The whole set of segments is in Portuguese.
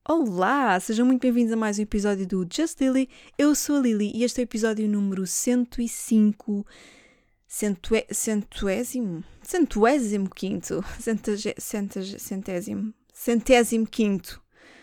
Olá, sejam muito bem-vindos a mais um episódio do Just Lily. Eu sou a Lily e este é o episódio número 105, centésimo quinto,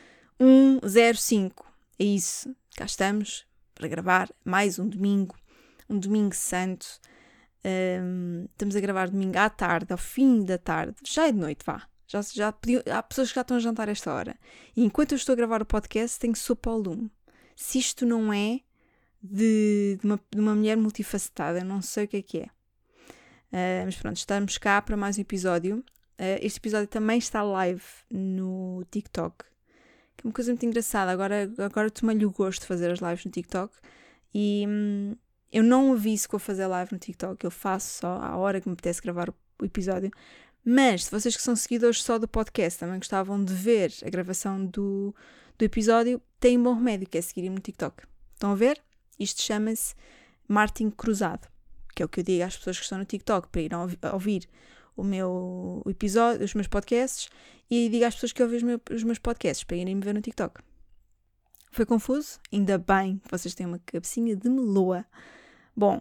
105. É isso, cá estamos para gravar mais um domingo santo. Estamos a gravar domingo à tarde, ao fim da tarde, já é de noite, vá. Há pessoas que já estão a jantar a esta hora. E enquanto eu estou a gravar o podcast, tenho sopa ao lume. Se isto não é de uma mulher multifacetada, eu não sei o que é. Mas pronto, estamos cá para mais um episódio. Este episódio também está live no TikTok, que é uma coisa muito engraçada. Agora tomei-lhe o gosto de fazer as lives no TikTok. E eu não aviso que vou fazer live no TikTok. Eu faço só à hora que me apetece gravar o episódio. Mas, se vocês que são seguidores só do podcast também gostavam de ver a gravação do episódio, têm um bom remédio, que é seguirem-me no TikTok. Estão a ver? Isto chama-se marketing cruzado, que é o que eu digo às pessoas que estão no TikTok para irem ouvir o meu episódio, os meus podcasts, e digo às pessoas que ouvem os meus podcasts para irem me ver no TikTok. Foi confuso? Ainda bem que vocês têm uma cabecinha de meloa. Bom,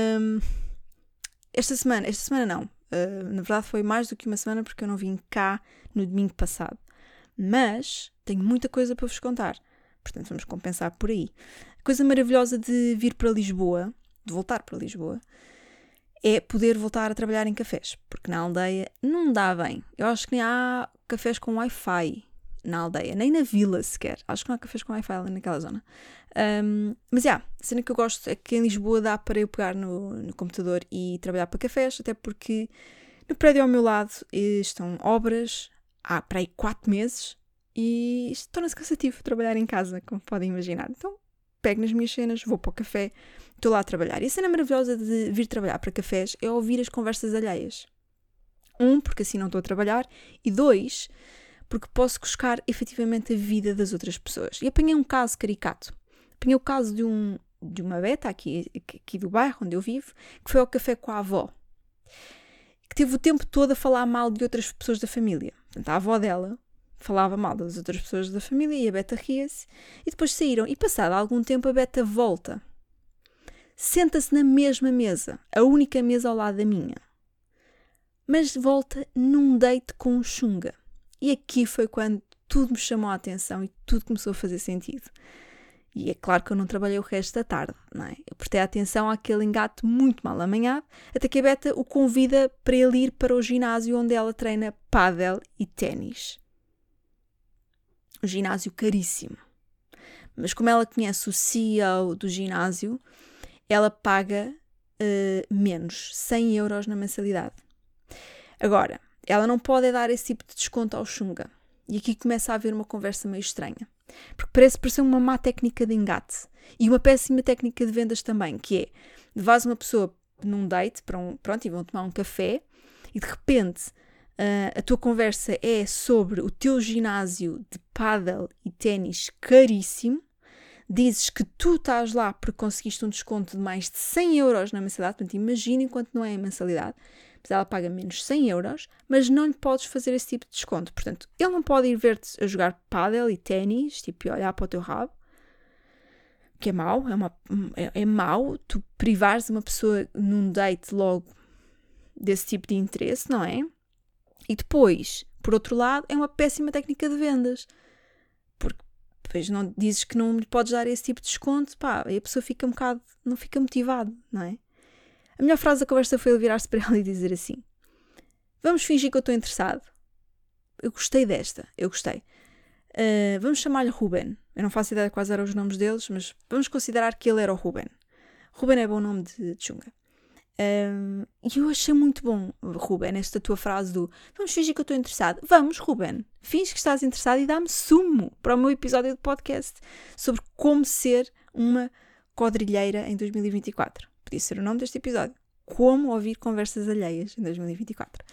esta semana não. Na verdade foi mais do que uma semana porque eu não vim cá no domingo passado. Mas tenho muita coisa para vos contar. Portanto, vamos compensar por aí. A coisa maravilhosa de vir para Lisboa, de voltar para Lisboa, é poder voltar a trabalhar em cafés. Porque na aldeia não dá bem. Eu acho que nem há cafés com Wi-Fi na aldeia, nem na vila sequer. Acho que não há cafés com Wi-Fi ali naquela zona. Mas a cena que eu gosto é que em Lisboa dá para eu pegar no computador e trabalhar para cafés, até porque no prédio ao meu lado estão obras há para aí 4 meses e isto torna-se cansativo trabalhar em casa, como podem imaginar. Então pego nas minhas cenas, vou para o café, estou lá a trabalhar. E a cena maravilhosa de vir trabalhar para cafés é ouvir as conversas alheias. 1, porque assim não estou a trabalhar, e 2, porque posso buscar efetivamente a vida das outras pessoas. E apanhei um caso caricato. Apanhei o caso de uma beta aqui do bairro onde eu vivo, que foi ao café com a avó, que teve o tempo todo a falar mal de outras pessoas da família. Portanto, a avó dela falava mal das outras pessoas da família e a beta ria-se. E depois saíram. E passado algum tempo a beta volta. Senta-se na mesma mesa, a única mesa ao lado da minha. Mas volta num date com um chunga. E aqui foi quando tudo me chamou a atenção e tudo começou a fazer sentido. E é claro que eu não trabalhei o resto da tarde, não é? Eu prestei atenção àquele engate muito mal amanhado, até que a Beta o convida para ele ir para o ginásio onde ela treina pádel e ténis. Um ginásio caríssimo. Mas como ela conhece o CEO do ginásio, ela paga menos, 100 euros na mensalidade. Agora, ela não pode dar esse tipo de desconto ao chunga. E aqui começa a haver uma conversa meio estranha. Porque parece parecer uma má técnica de engate. E uma péssima técnica de vendas também, que é, levas uma pessoa num date, e vão tomar um café, e de repente a tua conversa é sobre o teu ginásio de pádel e ténis caríssimo, dizes que tu estás lá porque conseguiste um desconto de mais de 100 euros na mensalidade, portanto imagina enquanto não é a mensalidade, mas ela paga menos 100 euros, mas não lhe podes fazer esse tipo de desconto. Portanto, ele não pode ir ver-te a jogar pádel e ténis, tipo, e olhar para o teu rabo, que é mau, é mau tu privares uma pessoa num date logo desse tipo de interesse, não é? E depois, por outro lado, é uma péssima técnica de vendas, porque depois não dizes que não lhe podes dar esse tipo de desconto, e a pessoa fica não fica motivada, não é? A melhor frase da conversa foi ele virar-se para ela e dizer assim: vamos fingir que eu estou interessado. Eu gostei desta, eu gostei. Vamos chamar-lhe Ruben. Eu não faço ideia de quais eram os nomes deles, mas vamos considerar que ele era o Ruben. Ruben é bom nome de chunga. E eu achei muito bom, Ruben, esta tua frase do vamos fingir que eu estou interessado. Vamos, Ruben, finge que estás interessado e dá-me sumo para o meu episódio de podcast sobre como ser uma quadrilheira em 2024. Podia ser o nome deste episódio. Como ouvir conversas alheias em 2024.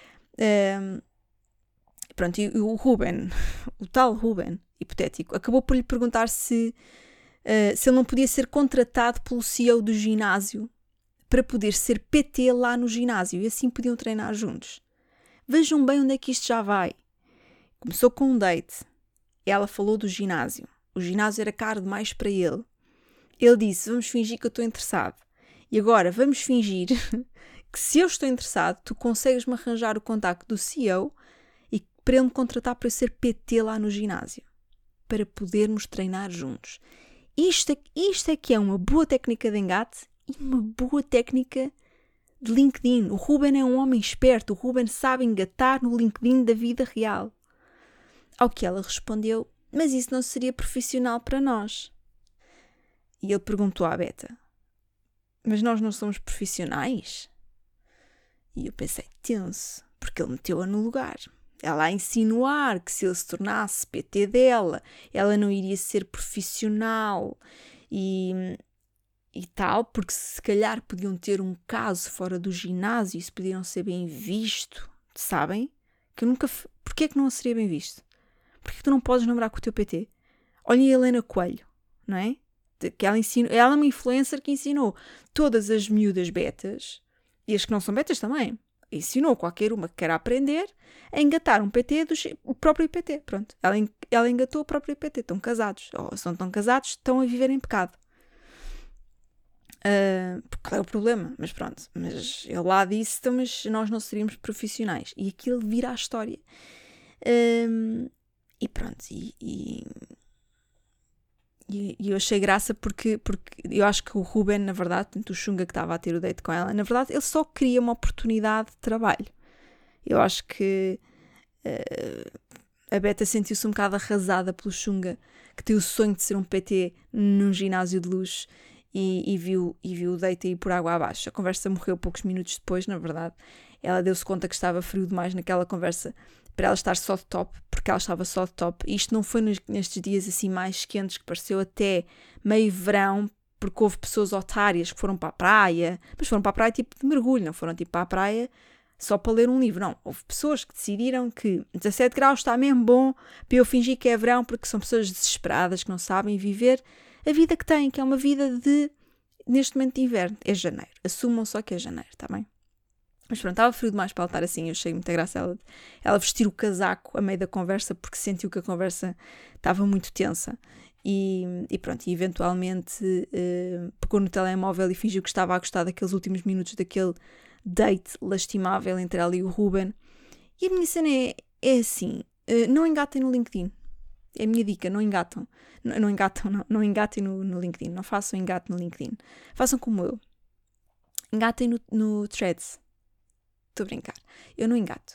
Pronto, e o Ruben, o tal Ruben, hipotético, acabou por lhe perguntar se ele não podia ser contratado pelo CEO do ginásio para poder ser PT lá no ginásio e assim podiam treinar juntos. Vejam bem onde é que isto já vai. Começou com um date ela falou do ginásio. O ginásio era caro demais para ele. Ele disse, vamos fingir que eu estou interessado. E agora, vamos fingir que se eu estou interessado, tu consegues-me arranjar o contacto do CEO e para ele me contratar para eu ser PT lá no ginásio. Para podermos treinar juntos. Isto é que é uma boa técnica de engate e uma boa técnica de LinkedIn. O Ruben é um homem esperto. O Ruben sabe engatar no LinkedIn da vida real. Ao que ela respondeu, mas isso não seria profissional para nós. E ele perguntou à Beta, mas nós não somos profissionais? E eu pensei, tenso, porque ele meteu-a no lugar. Ela a insinuar que se ele se tornasse PT dela, ela não iria ser profissional e tal, porque se calhar podiam ter um caso fora do ginásio e se podiam ser bem visto, sabem? Que eu nunca... Porquê é que não seria bem visto? Porquê é que tu não podes namorar com o teu PT? Olha a Helena Coelho, não é? Que ela é uma influencer que ensinou todas as miúdas betas, e as que não são betas também, ensinou qualquer uma que queira aprender a engatar um PT o próprio PT. Pronto, ela engatou o próprio PT. Estão casados. Ou se não estão casados, estão a viver em pecado. Qual é o problema? Mas pronto, mas ele lá disse, então, mas nós não seríamos profissionais. E aquilo vira a história. E pronto, e eu achei graça porque eu acho que o Ruben, na verdade, o Xunga que estava a ter o date com ela, na verdade, ele só queria uma oportunidade de trabalho. Eu acho que a Beta sentiu-se um bocado arrasada pelo Xunga, que tem o sonho de ser um PT num ginásio de luxo e viu o date aí por água abaixo. A conversa morreu poucos minutos depois, na verdade. Ela deu-se conta que estava frio demais naquela conversa para ela estar só de top, porque ela estava só de top. E isto não foi nestes dias assim mais quentes, que pareceu até meio verão, porque houve pessoas otárias que foram para a praia, mas foram para a praia tipo de mergulho, não foram tipo para a praia só para ler um livro, não. Houve pessoas que decidiram que 17 graus está mesmo bom para eu fingir que é verão, porque são pessoas desesperadas que não sabem viver a vida que têm, que é uma vida de, neste momento de inverno, é janeiro. Assumam só que é janeiro, está bem? Mas pronto, estava frio demais para ela estar assim. Eu achei muita graça ela vestir o casaco a meio da conversa, porque sentiu que a conversa estava muito tensa. E pronto, e eventualmente pegou no telemóvel e fingiu que estava a gostar daqueles últimos minutos daquele date lastimável entre ela e o Ruben. E a minha cena é assim, não engatem no LinkedIn. É a minha dica, não engatam. Não engatem no LinkedIn. Não façam engate no LinkedIn. Façam como eu. Engatem no Threads. Estou a brincar. Eu não engato.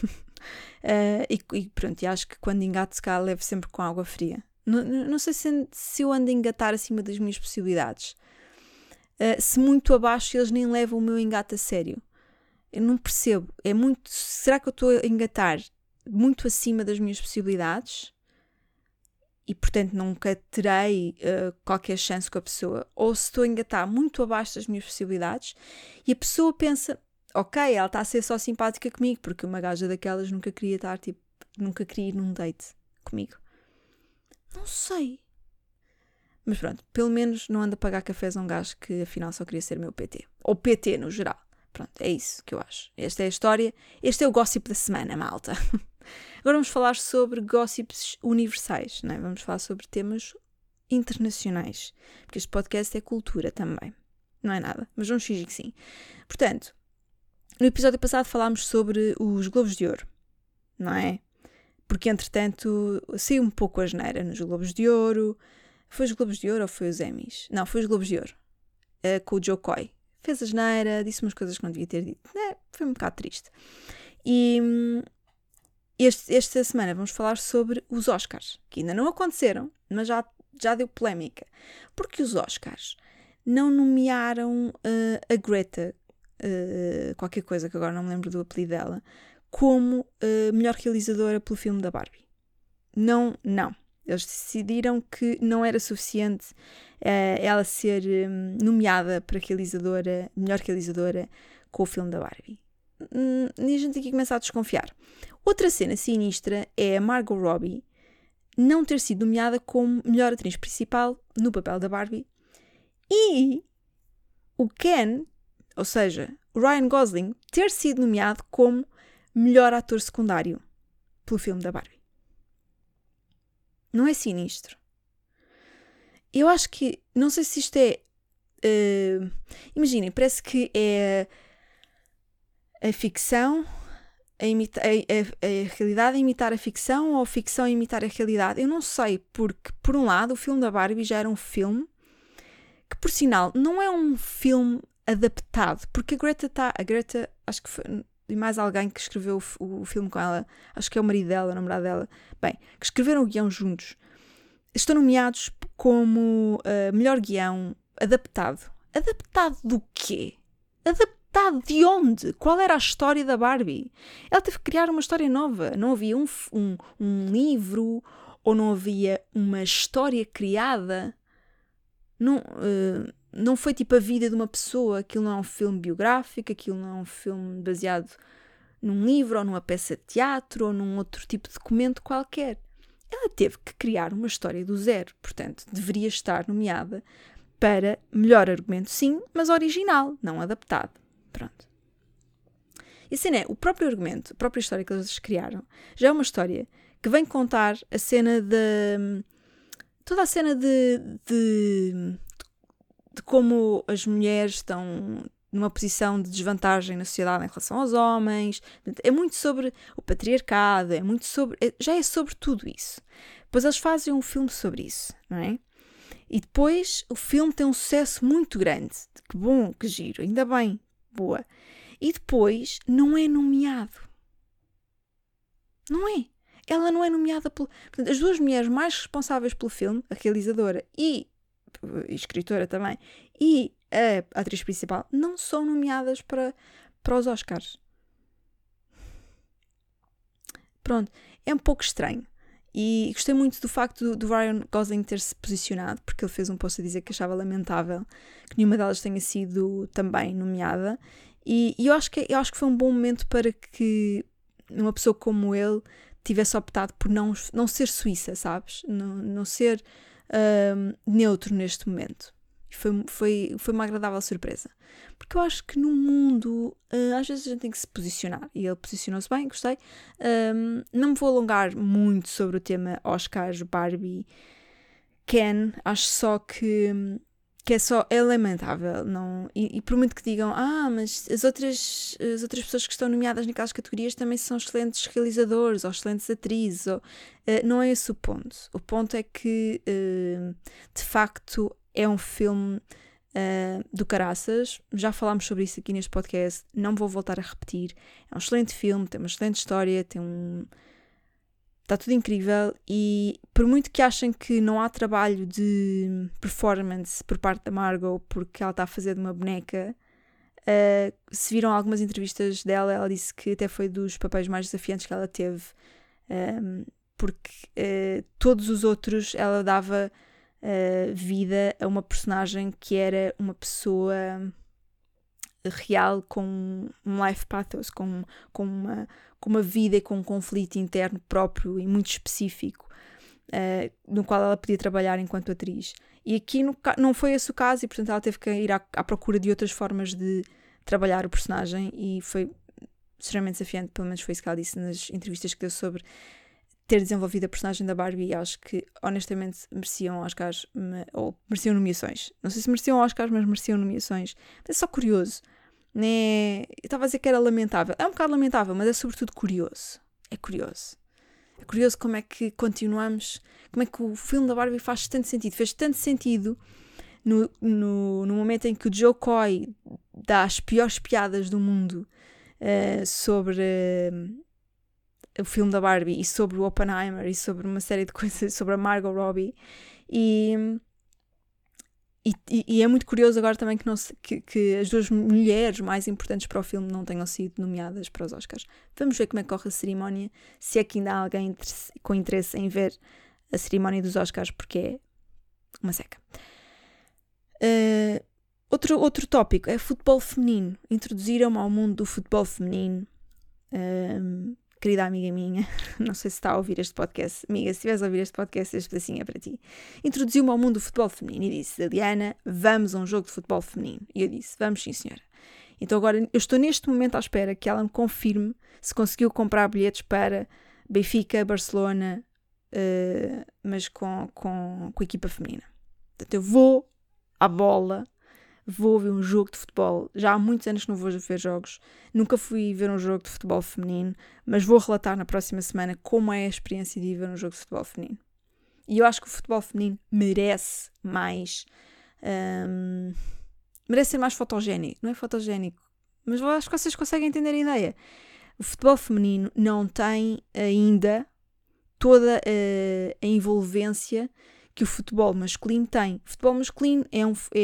E pronto, e acho que quando engato, se calhar levo sempre com água fria. Não sei se eu ando a engatar acima das minhas possibilidades. Se muito abaixo, eles nem levam o meu engate a sério. Eu não percebo. Será que eu estou a engatar muito acima das minhas possibilidades? E, portanto, nunca terei qualquer chance com a pessoa. Ou se estou a engatar muito abaixo das minhas possibilidades e a pessoa pensa... Ok, ela está a ser só simpática comigo, porque uma gaja daquelas nunca queria ir num date comigo. Não sei. Mas pronto, pelo menos não ando a pagar cafés a um gajo que afinal só queria ser meu PT. Ou PT no geral. Pronto, é isso que eu acho. Esta é a história. Este é o gossip da semana, malta. Agora vamos falar sobre gossips universais, não é? Vamos falar sobre temas internacionais. Porque este podcast é cultura também. Não é nada, mas vamos fingir que sim. Portanto, no episódio passado falámos sobre os Globos de Ouro, não é? Porque, entretanto, saiu um pouco a asneira nos Globos de Ouro. Foi os Globos de Ouro ou foi os Emmys? Não, foi os Globos de Ouro. Com o Joe Coy. Fez a asneira, disse umas coisas que não devia ter dito. Foi um bocado triste. E esta semana vamos falar sobre os Oscars, que ainda não aconteceram, mas já deu polémica. Porque os Oscars não nomearam a Greta qualquer coisa, que agora não me lembro do apelido dela, como melhor realizadora pelo filme da Barbie. Não. Eles decidiram que não era suficiente ela ser nomeada para melhor realizadora com o filme da Barbie. E a gente aqui começa a desconfiar. Outra cena sinistra é a Margot Robbie não ter sido nomeada como melhor atriz principal no papel da Barbie e o Ken, ou seja, o Ryan Gosling, ter sido nomeado como melhor ator secundário pelo filme da Barbie. Não é sinistro. Eu acho que, não sei se isto é... imaginem, parece que é a ficção a realidade a imitar a ficção ou a ficção a imitar a realidade. Eu não sei, porque, por um lado, o filme da Barbie já era um filme que, por sinal, não é um filme adaptado, porque a Greta, acho que foi... e mais alguém que escreveu o filme com ela, acho que é o marido dela, o namorado dela, bem, que escreveram o guião juntos, estão nomeados como melhor guião adaptado. Adaptado do quê? Adaptado de onde? Qual era a história da Barbie? Ela teve que criar uma história nova. Não havia um livro ou não havia uma história criada. Não foi tipo a vida de uma pessoa. Aquilo não é um filme biográfico, aquilo não é um filme baseado num livro ou numa peça de teatro ou num outro tipo de documento qualquer. Ela teve que criar uma história do zero, portanto, deveria estar nomeada para melhor argumento, sim, mas original, não adaptado. Pronto. E assim é, o próprio argumento, a própria história que eles criaram, já é uma história que vem contar a cena de... toda a cena de como as mulheres estão numa posição de desvantagem na sociedade em relação aos homens. É muito sobre o patriarcado, já é sobre tudo isso. Depois eles fazem um filme sobre isso, não é? E depois o filme tem um sucesso muito grande. Que bom, que giro, ainda bem, boa. E depois não é nomeado. Não é. Ela não é nomeada pelo... Portanto, as duas mulheres mais responsáveis pelo filme, a realizadora e a escritora também, e a atriz principal, não são nomeadas para os Oscars. Pronto, é um pouco estranho. E gostei muito do facto do Ryan Gosling ter-se posicionado, porque ele fez um post a dizer que achava lamentável que nenhuma delas tenha sido também nomeada. E eu acho que foi um bom momento para que uma pessoa como ele tivesse optado por não ser suíça, sabes? Não ser neutro neste momento. Foi uma agradável surpresa. Porque eu acho que no mundo às vezes a gente tem que se posicionar. E ele posicionou-se bem, gostei. Não me vou alongar muito sobre o tema Oscars, Barbie, Ken. Acho só que é lamentável. Não, e por muito que digam, mas as outras pessoas que estão nomeadas naquelas categorias também são excelentes realizadores ou excelentes atrizes. Não é esse o ponto. O ponto é que, de facto, é um filme do caraças. Já falámos sobre isso aqui neste podcast, não vou voltar a repetir. É um excelente filme, tem uma excelente história, está tudo incrível. E por muito que achem que não há trabalho de performance por parte da Margot porque ela está a fazer de uma boneca, se viram algumas entrevistas dela, ela disse que até foi dos papéis mais desafiantes que ela teve, porque todos os outros ela dava vida a uma personagem que era uma pessoa real, com um life pathos, com uma vida e com um conflito interno próprio e muito específico, no qual ela podia trabalhar enquanto atriz. E aqui não foi esse o caso, e portanto ela teve que ir à procura de outras formas de trabalhar o personagem, e foi extremamente desafiante. Pelo menos foi isso que ela disse nas entrevistas que deu sobre ter desenvolvido a personagem da Barbie. E acho que honestamente mereciam Oscars, ou mereciam nomeações. Não sei se mereciam Oscars, mas mereciam nomeações. É só curioso, né? Eu estava a dizer que era lamentável. É um bocado lamentável, mas é sobretudo curioso. É curioso como é que continuamos, como é que o filme da Barbie faz tanto sentido. Fez tanto sentido no momento em que o Joe Coy dá as piores piadas do mundo sobre o filme da Barbie e sobre o Oppenheimer e sobre uma série de coisas, sobre a Margot Robbie. E é muito curioso agora também que as duas mulheres mais importantes para o filme não tenham sido nomeadas para os Oscars. Vamos ver como é que corre a cerimónia, se é que ainda há alguém com interesse em ver a cerimónia dos Oscars, porque é uma seca. Outro tópico é futebol feminino. Introduziram-me ao mundo do futebol feminino. Querida amiga minha, não sei se está a ouvir este podcast. Amiga, se estiveres a ouvir este podcast, este pedacinho é para ti. Introduziu-me ao mundo do futebol feminino e disse: Liliana, vamos a um jogo de futebol feminino. E eu disse: vamos sim, senhora. Então agora eu estou neste momento à espera que ela me confirme se conseguiu comprar bilhetes para Benfica, Barcelona mas com a equipa feminina. Portanto, eu vou à bola, vou ver um jogo de futebol. Já há muitos anos que não vou ver jogos. Nunca fui ver um jogo de futebol feminino, mas vou relatar na próxima semana como é a experiência de ir ver um jogo de futebol feminino. E eu acho que o futebol feminino merece mais... merece ser mais fotogénico. Não é fotogénico, mas eu acho que vocês conseguem entender a ideia. O futebol feminino não tem ainda toda a envolvência que o futebol masculino tem. O futebol masculino é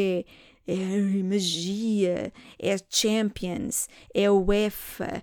magia, é Champions, é UEFA,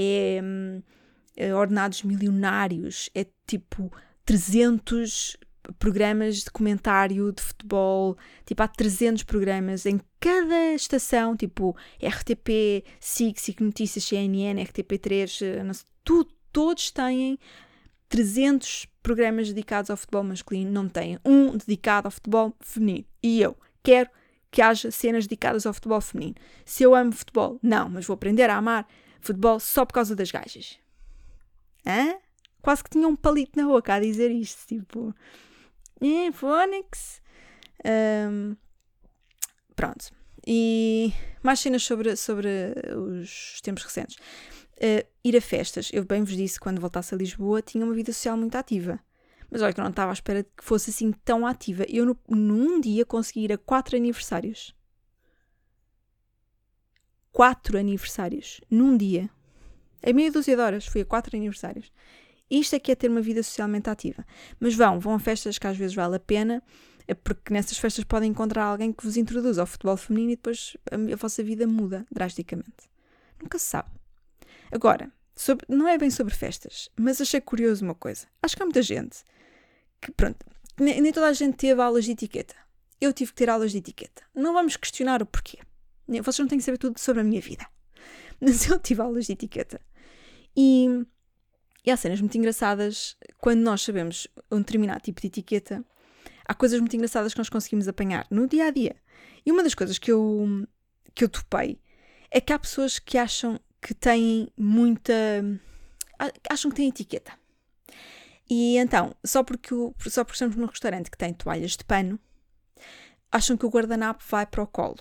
é ordenados milionários, é tipo 300 programas de comentário de futebol, tipo há 300 programas em cada estação, tipo RTP, SIC Notícias, CNN, RTP3, não sei, todos têm 300 programas dedicados ao futebol masculino, não têm um dedicado ao futebol feminino. E eu quero que haja cenas dedicadas ao futebol feminino. Se eu amo futebol, não, mas vou aprender a amar futebol só por causa das gajas. Hã? Quase que tinha um palito na boca a dizer isto, tipo... Phonics. Pronto. E mais cenas sobre os tempos recentes. Ir a festas. Eu bem vos disse, quando voltasse a Lisboa, tinha uma vida social muito ativa. Mas olha que eu não estava à espera de que fosse assim tão ativa. Eu num dia consegui ir a 4 aniversários. 4 aniversários. Num dia. Em meia dúzia de horas fui a 4 aniversários. Isto é que é ter uma vida socialmente ativa. Mas vão a festas que às vezes vale a pena, porque nessas festas podem encontrar alguém que vos introduza ao futebol feminino e depois a vossa vida muda drasticamente. Nunca se sabe. Agora, não é bem sobre festas, mas achei curioso uma coisa. Acho que há muita gente que, pronto, nem toda a gente teve aulas de etiqueta. Eu tive que ter aulas de etiqueta. Não vamos questionar o porquê. Vocês não têm que saber tudo sobre a minha vida. Mas eu tive aulas de etiqueta. E há cenas muito engraçadas quando nós sabemos um determinado tipo de etiqueta. Há coisas muito engraçadas que nós conseguimos apanhar no dia a dia. E uma das coisas que eu topei é que há pessoas que acham que têm acham que têm etiqueta. E então, só porque estamos num restaurante que tem toalhas de pano, acham que o guardanapo vai para o colo.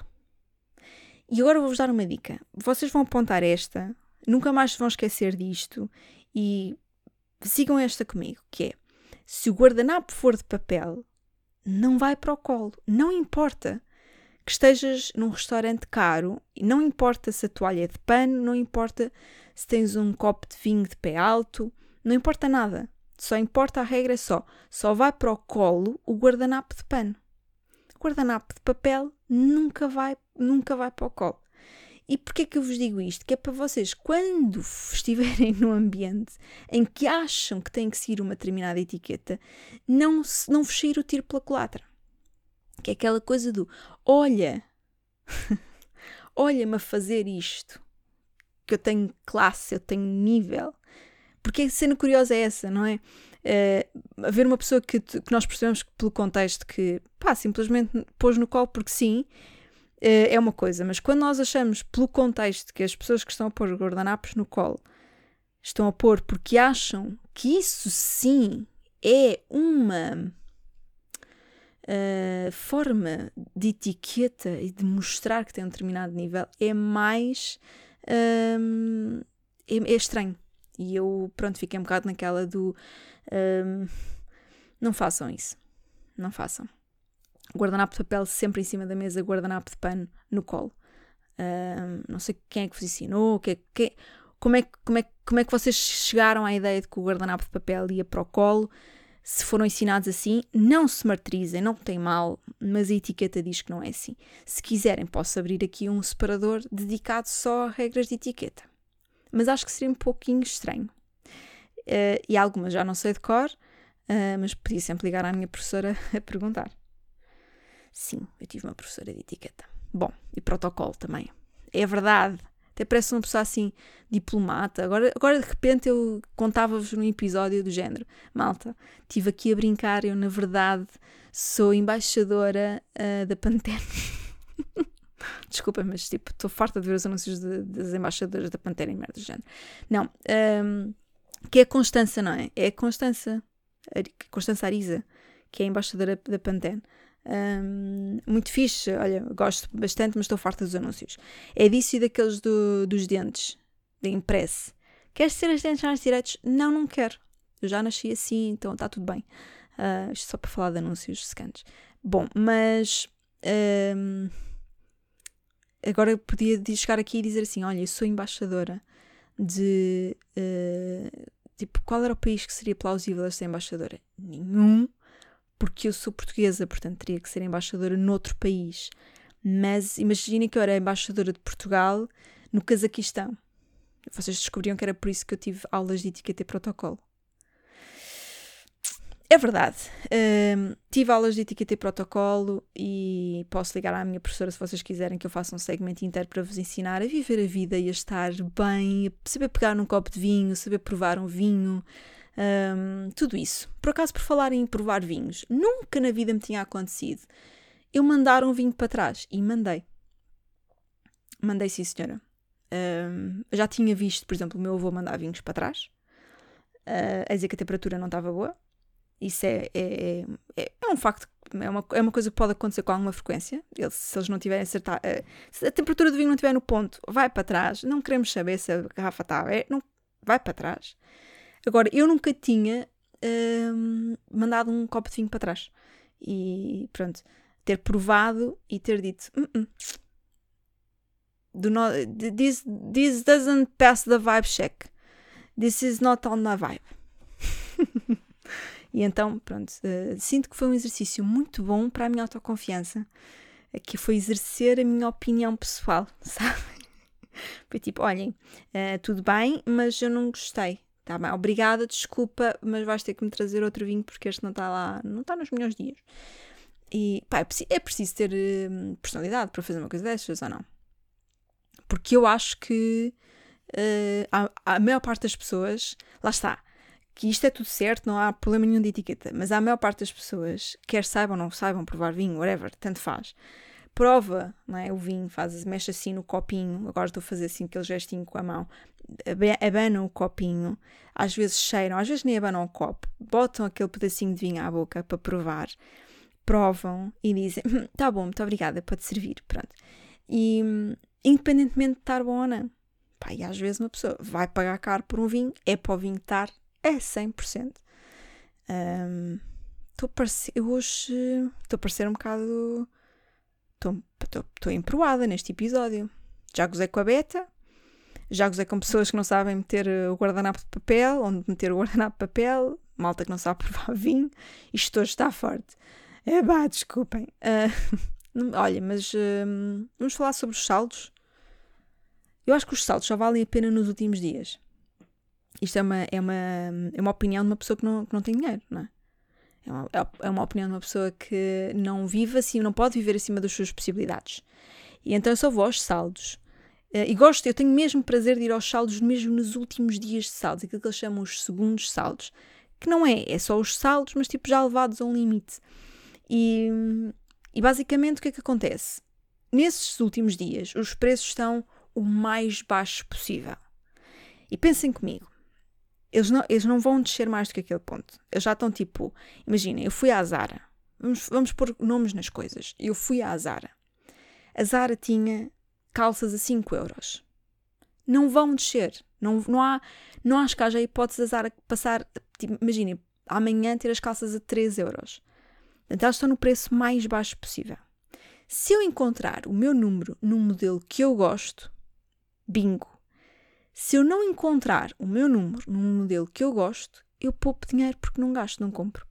E agora vou-vos dar uma dica. Vocês vão apontar esta, nunca mais se vão esquecer disto, e sigam esta comigo, que é: se o guardanapo for de papel, não vai para o colo. Não importa que estejas num restaurante caro, não importa se a toalha é de pano, não importa se tens um copo de vinho de pé alto, não importa nada. Só importa, a regra é só vai para o colo o guardanapo de pano. O guardanapo de papel nunca vai para o colo. E porquê que eu vos digo isto? Que é para vocês, quando estiverem num ambiente em que acham que têm que seguir uma determinada etiqueta, não vos sair o tiro pela culatra. Que é aquela coisa do: olha, olha-me a fazer isto, que eu tenho classe, eu tenho nível. Porque a cena curiosa é essa, não é? Haver uma pessoa que nós percebemos pelo contexto que, simplesmente pôs no colo porque sim, é uma coisa. Mas quando nós achamos pelo contexto que as pessoas que estão a pôr guardanapos no colo estão a pôr porque acham que isso sim é uma forma de etiqueta e de mostrar que tem um determinado nível, é mais é estranho. E eu, fiquei um bocado naquela do não façam isso. Não façam. Guardanapo de papel sempre em cima da mesa, guardanapo de pano no colo. Não sei quem é que vos ensinou, como é que vocês chegaram à ideia de que o guardanapo de papel ia para o colo. Se foram ensinados assim, não se martirizem, não tem mal, mas a etiqueta diz que não é assim. Se quiserem, posso abrir aqui um separador dedicado só a regras de etiqueta. Mas acho que seria um pouquinho estranho. E algumas já não sei de cor, mas podia sempre ligar à minha professora a perguntar. Sim, eu tive uma professora de etiqueta. Bom, e protocolo também. É verdade. Até parece uma pessoa assim, diplomata. Agora de repente eu contava-vos num episódio do género: malta, estive aqui a brincar, eu na verdade sou embaixadora da Pantene. Desculpa, mas estou farta de ver os anúncios das embaixadoras da Pantene e merda do género. Não, que é a Constança, não é? É a Constança. Constança Ariza, que é a embaixadora da Pantene. Muito fixe, olha, gosto bastante, mas estou farta dos anúncios. É disso e daqueles dos dentes, da Impress. Queres ser as dentes mais direitos? Não quero. Eu já nasci assim, então está tudo bem. Isto só para falar de anúncios secantes. Bom, mas agora eu podia chegar aqui e dizer assim, olha, eu sou embaixadora de... tipo, qual era o país que seria plausível a ser embaixadora? Nenhum, porque eu sou portuguesa, portanto teria que ser embaixadora noutro país. Mas imaginem que eu era embaixadora de Portugal no Cazaquistão. Vocês descobriam que era por isso que eu tive aulas de etiqueta e protocolo. É verdade. Tive aulas de etiqueta e protocolo e posso ligar à minha professora se vocês quiserem que eu faça um segmento inteiro para vos ensinar a viver a vida e a estar bem, a saber pegar num copo de vinho, saber provar um vinho, tudo isso. Por acaso, por falar em provar vinhos, nunca na vida me tinha acontecido eu mandar um vinho para trás. E mandei. Mandei, sim, senhora. Já tinha visto, por exemplo, o meu avô mandar vinhos para trás, a dizer que a temperatura não estava boa. Isso é um facto, é uma coisa que pode acontecer com alguma frequência. Se eles não tiverem acertado, se a temperatura do vinho não estiver no ponto, vai para trás. Não queremos saber se a garrafa está, não, vai para trás. Agora, eu nunca tinha mandado um copo de vinho para trás. E pronto, ter provado e ter dito this doesn't pass the vibe check. This is not on the vibe. E então, pronto, sinto que foi um exercício muito bom para a minha autoconfiança, que foi exercer a minha opinião pessoal, sabe? Foi tipo, olhem, tudo bem, mas eu não gostei, tá bem, obrigada, desculpa, mas vais ter que me trazer outro vinho porque este não está lá, não está nos melhores dias. E pá, é preciso ter personalidade para fazer uma coisa dessas ou não? Porque eu acho que a maior parte das pessoas, lá está, que isto é tudo certo, não há problema nenhum de etiqueta, mas a maior parte das pessoas, quer saibam ou não saibam provar vinho, whatever, tanto faz, prova, não é, o vinho, mexe assim no copinho, agora estou a fazer assim aquele gestinho com a mão, abanam o copinho, às vezes cheiram, às vezes nem abanam o copo, botam aquele pedacinho de vinho à boca para provar, provam e dizem, tá bom, muito obrigada, pode servir, pronto. E independentemente de estar bom ou não, pá, e às vezes uma pessoa vai pagar caro por um vinho, é para o vinho estar a 100%. Hoje estou a parecer um bocado... Estou emproada neste episódio. Já gozei com a Beta, já gozei com pessoas que não sabem meter o guardanapo de papel, onde meter o guardanapo de papel, malta que não sabe provar vinho. Isto hoje está forte. Desculpem. Olha, mas vamos falar sobre os saldos. Eu acho que os saldos só valem a pena nos últimos dias. Isto é uma opinião de uma pessoa que não tem dinheiro, não é? É uma opinião de uma pessoa que não vive assim, não pode viver acima das suas possibilidades. E então eu só vou aos saldos. E eu tenho mesmo prazer de ir aos saldos mesmo nos últimos dias de saldos, aquilo que eles chamam os segundos saldos. Que não é só os saldos, mas tipo já levados a um limite. E basicamente o que é que acontece? Nesses últimos dias, os preços estão o mais baixos possível. E pensem comigo. Eles não vão descer mais do que aquele ponto. Eles já estão tipo... Imaginem, eu fui à Zara. Vamos pôr nomes nas coisas. Eu fui à Zara. A Zara tinha calças a 5 euros. Não vão descer. Não há escaja a hipótese da Zara passar... Tipo, imaginem, amanhã ter as calças a 3 euros. Portanto, elas estão no preço mais baixo possível. Se eu encontrar o meu número num modelo que eu gosto, bingo. Se eu não encontrar o meu número num modelo que eu gosto, eu poupo dinheiro porque não gasto, não compro.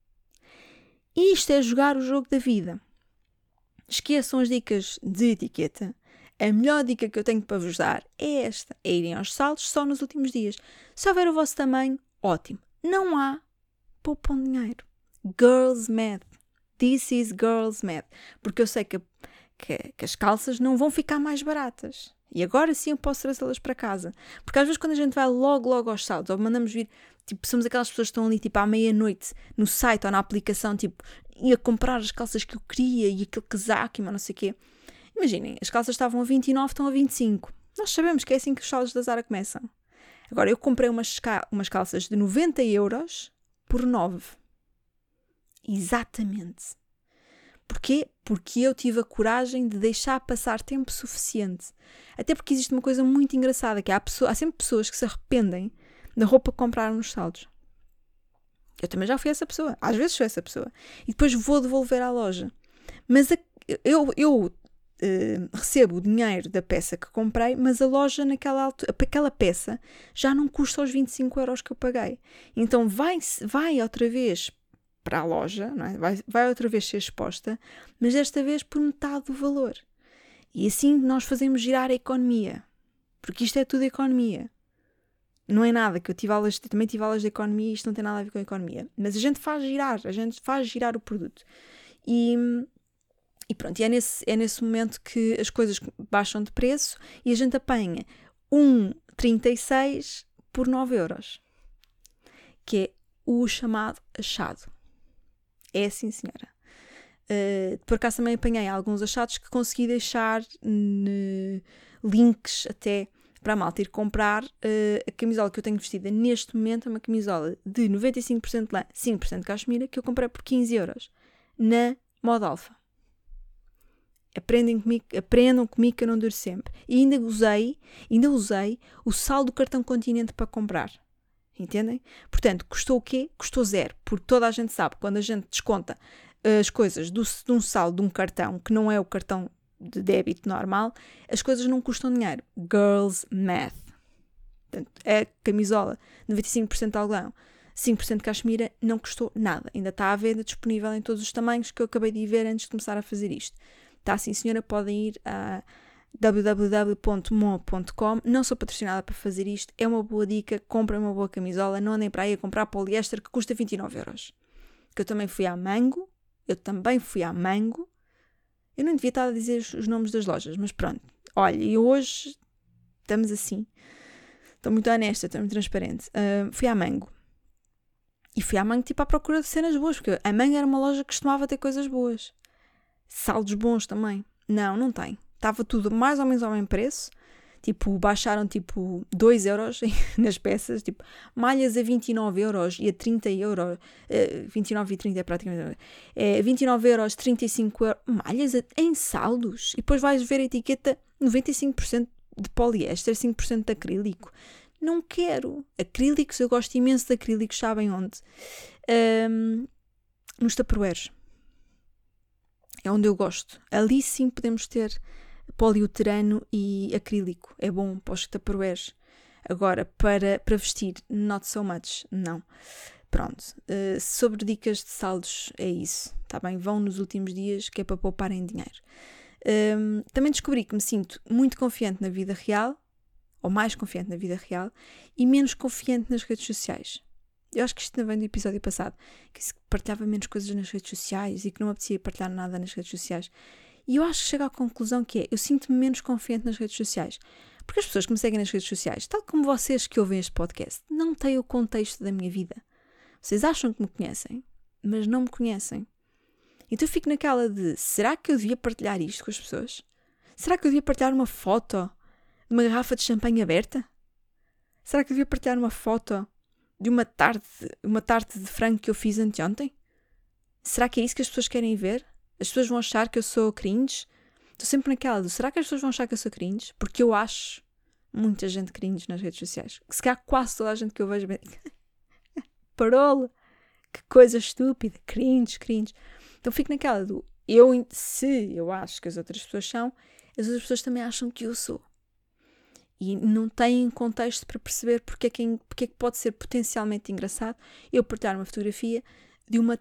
E isto é jogar o jogo da vida. Esqueçam as dicas de etiqueta. A melhor dica que eu tenho para vos dar é esta. É irem aos saldos só nos últimos dias. Se houver o vosso tamanho, ótimo. Não há, poupam dinheiro. Girls math. This is girls math. Porque eu sei que as calças não vão ficar mais baratas. E agora sim eu posso trazê-las para casa. Porque às vezes quando a gente vai logo aos saldos, ou mandamos vir, tipo, somos aquelas pessoas que estão ali tipo à meia-noite no site ou na aplicação, tipo, ia comprar as calças que eu queria e aquele casaco e não sei o quê. Imaginem, as calças estavam a 29, estão a 25. Nós sabemos que é assim que os saldos da Zara começam. Agora, eu comprei umas calças de 90 euros por 9. Exatamente. Porquê? Porque eu tive a coragem de deixar passar tempo suficiente. Até porque existe uma coisa muito engraçada, que há sempre pessoas que se arrependem da roupa que compraram nos saldos. Eu também já fui essa pessoa. Às vezes sou essa pessoa. E depois vou devolver à loja. Mas eu recebo o dinheiro da peça que comprei, mas a loja naquela altura, aquela peça já não custa os 25 euros que eu paguei. Então vai outra vez para a loja, não é? vai outra vez ser exposta, mas desta vez por metade do valor. E assim nós fazemos girar a economia. Porque isto é tudo economia. Não é nada, que eu também tive aulas de economia e isto não tem nada a ver com a economia. Mas a gente faz girar o produto. E pronto, e é nesse momento que as coisas baixam de preço e a gente apanha 1,36 por 9 euros. Que é o chamado achado. É assim, senhora. Por acaso também apanhei alguns achados que consegui deixar links até para a malta ir comprar. A camisola que eu tenho vestida neste momento é uma camisola de 95% lã, 5% de cachemira, que eu comprei por 15 euros na Moda Alfa. Aprendam comigo que eu não duro sempre. E ainda usei o saldo do cartão Continente para comprar. Entendem? Portanto, custou o quê? Custou 0. Porque toda a gente sabe, quando a gente desconta as coisas de um saldo de um cartão, que não é o cartão de débito normal, as coisas não custam dinheiro. Girls math. Portanto, a camisola, 95% de algodão, 5% de cachemira, não custou nada. Ainda está à venda, disponível em todos os tamanhos que eu acabei de ver antes de começar a fazer isto. Tá, sim senhora, podem ir a www.mo.com. Não sou patrocinada para fazer isto, é uma boa dica, comprem uma boa camisola, não andem para aí a comprar poliéster que custa 29 euros. Que eu também fui à Mango, eu não devia estar a dizer os nomes das lojas, mas pronto. Olha, e hoje estamos assim, estou muito honesta, estou muito transparente. Fui à Mango. E fui à Mango tipo à procura de cenas boas, porque a Mango era uma loja que costumava ter coisas boas. Saldos bons também. Não tem. Estava tudo mais ou menos ao mesmo preço. Tipo, baixaram tipo 2 euros nas peças. Tipo, malhas a 29 euros e a 30 euros. 29 e 30 é praticamente. 29 euros, 35 euros. Malhas em saldos. E depois vais ver a etiqueta 95% de poliéster, 5% de acrílico. Não quero. Acrílicos, eu gosto imenso de acrílicos. Sabem onde? Nos tupperwares. É onde eu gosto. Ali sim podemos ter poliuterano e acrílico. É bom para os tupperwares. Agora, para vestir, not so much. Não. Pronto. Sobre dicas de saldos, é isso. Tá bem? Vão nos últimos dias, que é para pouparem dinheiro. Também descobri que me sinto muito confiante na vida real, ou mais confiante na vida real, e menos confiante nas redes sociais. Eu acho que isto também vem do episódio passado, que partilhava menos coisas nas redes sociais e que não me apetecia partilhar nada nas redes sociais. E eu acho que chego à conclusão que eu sinto-me menos confiante nas redes sociais. Porque as pessoas que me seguem nas redes sociais, tal como vocês que ouvem este podcast, não têm o contexto da minha vida. Vocês acham que me conhecem, mas não me conhecem. Então eu fico naquela de, será que eu devia partilhar isto com as pessoas? Será que eu devia partilhar uma foto de uma garrafa de champanhe aberta? Será que eu devia partilhar uma foto de uma tarte de frango que eu fiz anteontem? Será que é isso que as pessoas querem ver? As pessoas vão achar que eu sou cringe? Estou sempre naquela de, será que as pessoas vão achar que eu sou cringe? Porque eu acho muita gente cringe nas redes sociais. Se calhar quase toda a gente que eu vejo... Parola! Que coisa estúpida! Cringe. Então fico naquela do... Se eu acho que as outras pessoas são, as outras pessoas também acham que eu sou. E não têm contexto para perceber porque é que pode ser potencialmente engraçado eu partilhar uma fotografia de uma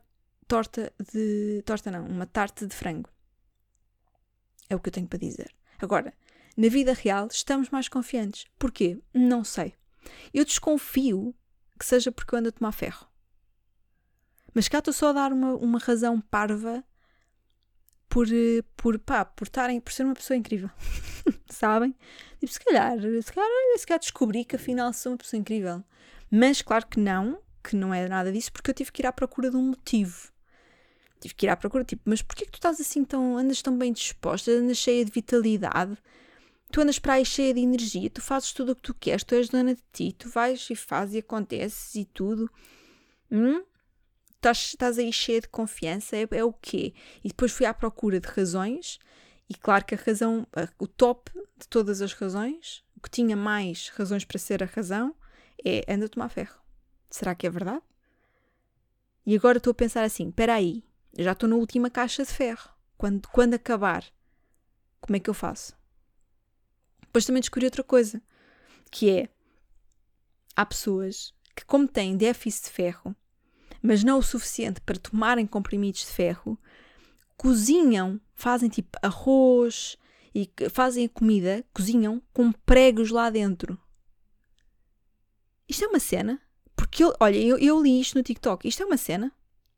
uma tarte de frango. É o que eu tenho para dizer. Agora, na vida real, estamos mais confiantes. Porquê? Não sei. Eu desconfio que seja porque eu ando a tomar ferro. Mas cá estou só a dar uma razão parva por ser uma pessoa incrível. Sabem? Tipo, se calhar descobri que afinal sou uma pessoa incrível. Mas claro que não é nada disso, porque eu tive que ir à procura de um motivo. Tive que ir à procura, tipo, mas porquê que tu estás assim andas tão bem disposta, andas cheia de vitalidade, tu andas para aí cheia de energia, tu fazes tudo o que tu queres, tu és dona de ti, tu vais e fazes e acontece e tudo. estás aí cheia de confiança, é o quê? E depois fui à procura de razões, e claro que a razão, o top de todas as razões, o que tinha mais razões para ser a razão, é anda a tomar ferro. Será que é verdade? E agora estou a pensar assim, espera aí, eu já estou na última caixa de ferro. Quando acabar, como é que eu faço? Depois também descobri outra coisa, que é, há pessoas que como têm déficit de ferro, mas não o suficiente para tomarem comprimidos de ferro, cozinham, fazem tipo arroz e fazem a comida, cozinham com pregos lá dentro. Isto é uma cena? Porque, eu li isto no TikTok. Isto é uma cena?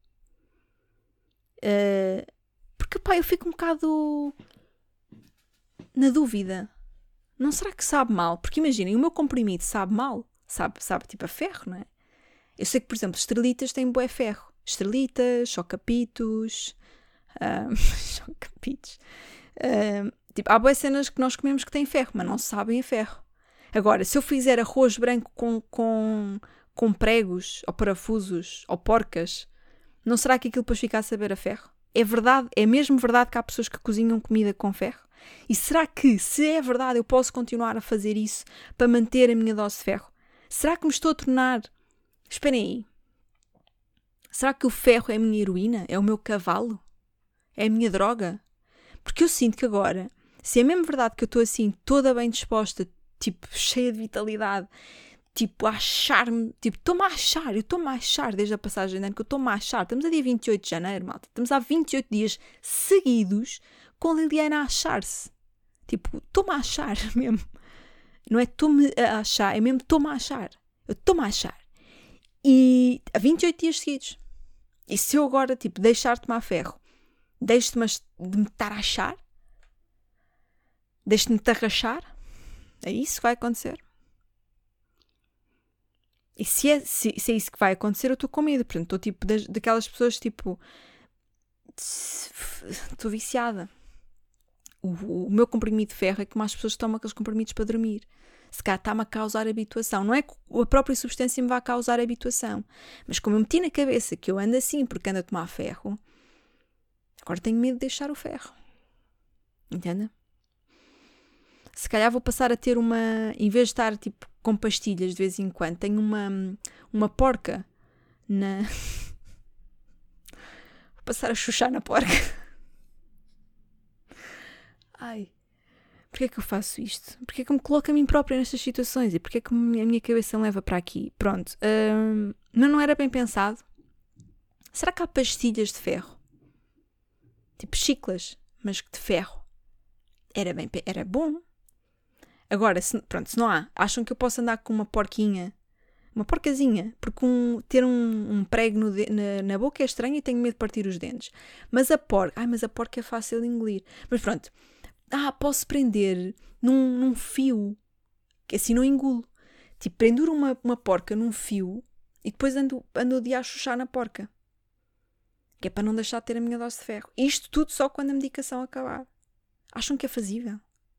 Porque, pá, eu fico um bocado na dúvida. Não será que sabe mal? Porque imaginem, o meu comprimido sabe mal. Sabe tipo a ferro, não é? Eu sei que, por exemplo, estrelitas têm bué ferro. Estrelitas, chocapitos. Chocapitos. Tipo, há bué cenas que nós comemos que têm ferro, mas não sabem a ferro. Agora, se eu fizer arroz branco com pregos, ou parafusos, ou porcas, não será que aquilo depois fica a saber a ferro? É verdade? É mesmo verdade que há pessoas que cozinham comida com ferro? E será que, se é verdade, eu posso continuar a fazer isso para manter a minha dose de ferro? Será que me estou a tornar... Esperem aí. Será que o ferro é a minha heroína? É o meu cavalo? É a minha droga? Porque eu sinto que agora, se é mesmo verdade que eu estou assim, toda bem disposta, tipo, cheia de vitalidade, tipo, a achar-me, tipo, eu estou-me a achar desde a passagem de ano, que eu estou-me a achar. Estamos a dia 28 de janeiro, malta. Estamos há 28 dias seguidos com a Liliana a achar-se. Tipo, estou-me a achar mesmo. Não é estou-me a achar, é mesmo estou-me a achar. Eu estou-me a achar. E há 28 dias seguidos. E se eu agora, tipo, deixar de tomar ferro, deixo-me de me estar a achar? Deixo-me de arrachar? É isso que vai acontecer? E se é isso que vai acontecer, eu estou com medo. Portanto, estou tipo daquelas pessoas, tipo... Estou viciada. O meu comprimido de ferro é como as pessoas tomam aqueles comprimidos para dormir. Se calhar está-me a causar habituação. Não é que a própria substância me vá causar habituação. Mas como eu meti na cabeça que eu ando assim porque ando a tomar ferro, agora tenho medo de deixar o ferro. Entende? Se calhar vou passar a ter uma... Em vez de estar tipo com pastilhas de vez em quando, tenho uma porca na... Vou passar a chuchar na porca. Ai... Porquê é que eu faço isto? Porquê é que eu me coloco a mim própria nestas situações? E porquê é que a minha cabeça me leva para aqui? Pronto. Mas não era bem pensado. Será que há pastilhas de ferro? Tipo chiclas, mas de ferro. Era bom. Agora, se não há, acham que eu posso andar com uma porquinha? Uma porcazinha. Porque ter um prego na boca é estranho e tenho medo de partir os dentes. Mas a porca... mas a porca é fácil de engolir. Mas pronto. Posso prender num fio, que assim não engulo. Tipo, penduro uma porca num fio e depois ando o dia a chuchar na porca. Que é para não deixar de ter a minha dose de ferro. Isto tudo só quando a medicação acabar. Acham que é fazível?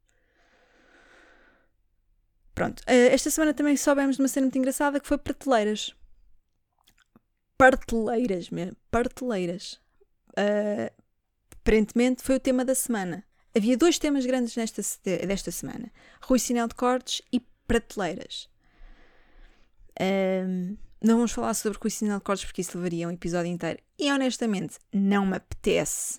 Pronto. Esta semana também soubemos de uma cena muito engraçada que foi prateleiras. Prateleiras mesmo. Prateleiras. Aparentemente foi o tema da semana. Havia 2 temas grandes desta semana. Rui Sinel de Cortes e prateleiras. Não vamos falar sobre Rui Sinel de Cortes porque isso levaria um episódio inteiro. E honestamente, não me apetece.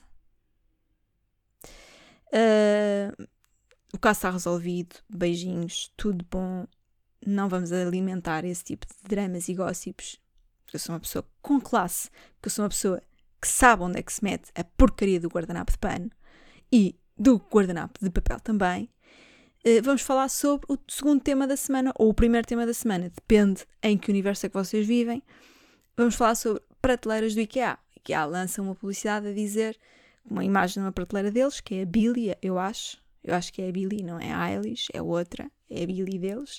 O caso está resolvido. Beijinhos. Tudo bom. Não vamos alimentar esse tipo de dramas e gossips. Porque eu sou uma pessoa com classe. Porque eu sou uma pessoa que sabe onde é que se mete a porcaria do guardanapo de pano. E do guardanapo de papel também. Vamos falar sobre o segundo tema da semana, ou o primeiro tema da semana, depende em que universo é que vocês vivem. Vamos falar sobre prateleiras do IKEA. O IKEA lança uma publicidade a dizer, uma imagem de uma prateleira deles, que é a Billy, eu acho que é a Billy, não é a Eilish, é outra, é a Billy deles,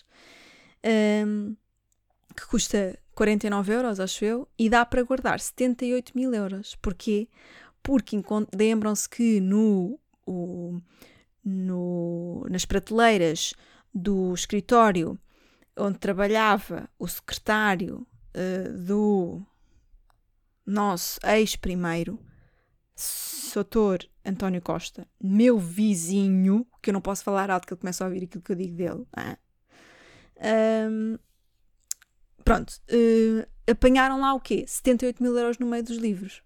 que custa 49€, acho eu, e dá para guardar 78.000€. Porquê? Porque lembram-se que nas prateleiras do escritório onde trabalhava o secretário nosso ex-primeiro, Sr. António Costa, meu vizinho, que eu não posso falar alto que ele começa a ouvir aquilo que eu digo dele. Pronto, apanharam lá o quê? 78 mil euros no meio dos livros.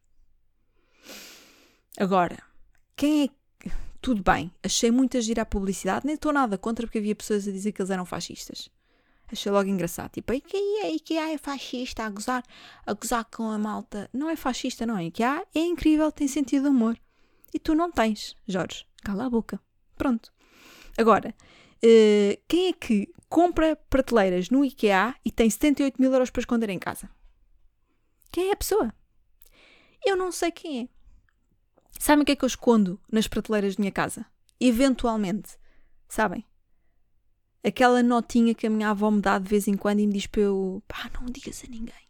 Agora, quem é que... Tudo bem, achei muito gira a publicidade, nem estou nada contra porque havia pessoas a dizer que eles eram fascistas. Achei logo engraçado. Tipo, a IKEA é fascista, a gozar com a malta. Não é fascista, não. A IKEA é incrível, tem sentido de humor. E tu não tens, Jorge. Cala a boca. Pronto. Agora, quem é que compra prateleiras no IKEA e tem 78 mil euros para esconder em casa? Quem é a pessoa? Eu não sei quem é. Sabem o que é que eu escondo nas prateleiras da minha casa? Eventualmente. Sabem? Aquela notinha que a minha avó me dá de vez em quando e me diz para eu... Pá, não digas a ninguém.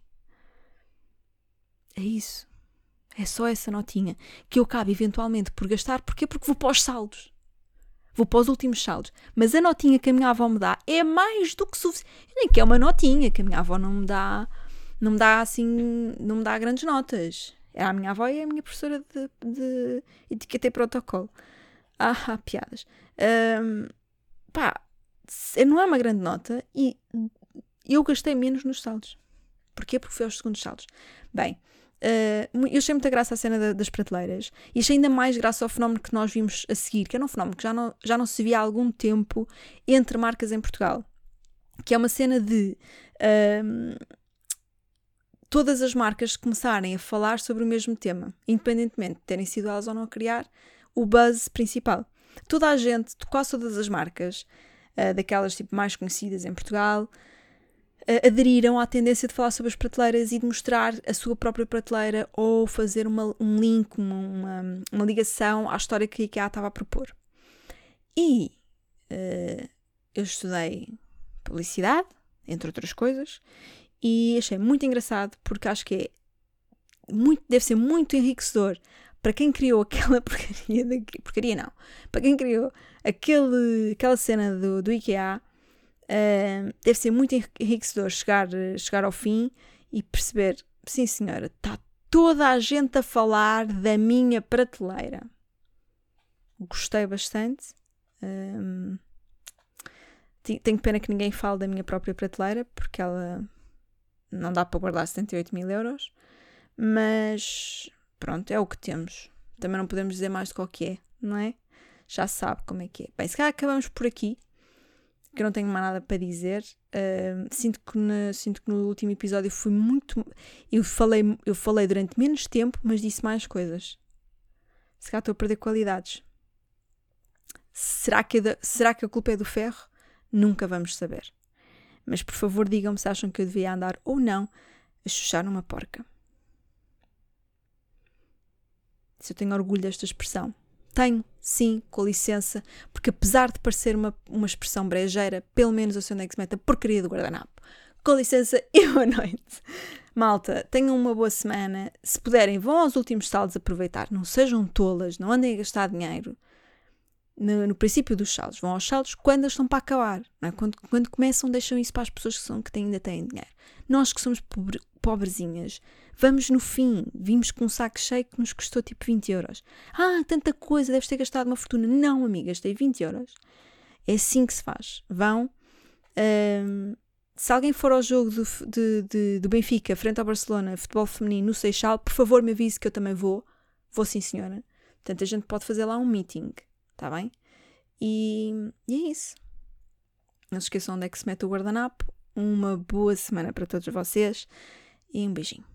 É isso. É só essa notinha que eu acabo eventualmente por gastar. Porquê? Porque vou para os saldos. Vou para os últimos saldos. Mas a notinha que a minha avó me dá é mais do que suficiente. Nem que é uma notinha, que a minha avó não me dá assim, não me dá grandes notas. É a minha avó e é a minha professora de etiqueta e protocolo. Piadas. Pá, não é uma grande nota e eu gastei menos nos saldos. Porquê? Porque foi aos segundos saldos. Bem, eu achei muita graça a cena das prateleiras e achei ainda mais graça ao fenómeno que nós vimos a seguir, que era um fenómeno que já não se via há algum tempo entre marcas em Portugal, que é uma cena de todas as marcas começarem a falar sobre o mesmo tema, independentemente de terem sido elas ou não a criar o buzz principal. Toda a gente, quase todas as marcas, daquelas tipo mais conhecidas em Portugal, aderiram à tendência de falar sobre as prateleiras e de mostrar a sua própria prateleira ou fazer um link, uma ligação à história que a IKEA estava a propor. E eu estudei publicidade, entre outras coisas, e achei muito engraçado porque acho que deve ser muito enriquecedor para quem criou aquela porcaria não, para quem criou aquela cena do IKEA. Deve ser muito enriquecedor chegar ao fim e perceber, sim senhora, está toda a gente a falar da minha prateleira. Gostei bastante. Tenho pena que ninguém fale da minha própria prateleira, porque ela não dá para guardar 78 mil euros, mas pronto, é o que temos. Também não podemos dizer mais do que é, não é? Já sabe como é que é. Bem, se calhar acabamos por aqui, que eu não tenho mais nada para dizer. Sinto que no último episódio fui muito... Eu falei durante menos tempo, mas disse mais coisas. Se calhar estou a perder qualidades. Será que a culpa é do ferro? Nunca vamos saber. Mas por favor digam-me se acham que eu devia andar ou não a chuchar numa porca. Se eu tenho orgulho desta expressão. Tenho, sim, com licença, porque apesar de parecer uma expressão brejeira, pelo menos eu sei onde é que se mete a porcaria do guardanapo. Com licença e boa noite. Malta, tenham uma boa semana. Se puderem, vão aos últimos saldos aproveitar. Não sejam tolas, não andem a gastar dinheiro no princípio dos saldos. Vão aos saldos quando eles estão para acabar. Não é? Quando começam, deixam isso para as pessoas que ainda têm dinheiro. Nós que somos pobrezinhas, vamos no fim. Vimos com um saco cheio que nos custou tipo 20 euros. Tanta coisa, deves ter gastado uma fortuna. Não, amiga, gastei 20 euros. É assim que se faz. Vão. Se alguém for ao jogo do Benfica, frente ao Barcelona, futebol feminino, no Seixal, por favor me avise que eu também vou. Vou sim, senhora. Portanto, a gente pode fazer lá um meeting. Está bem? E é isso. Não se esqueçam onde é que se mete o guardanapo. Uma boa semana para todos vocês e um beijinho.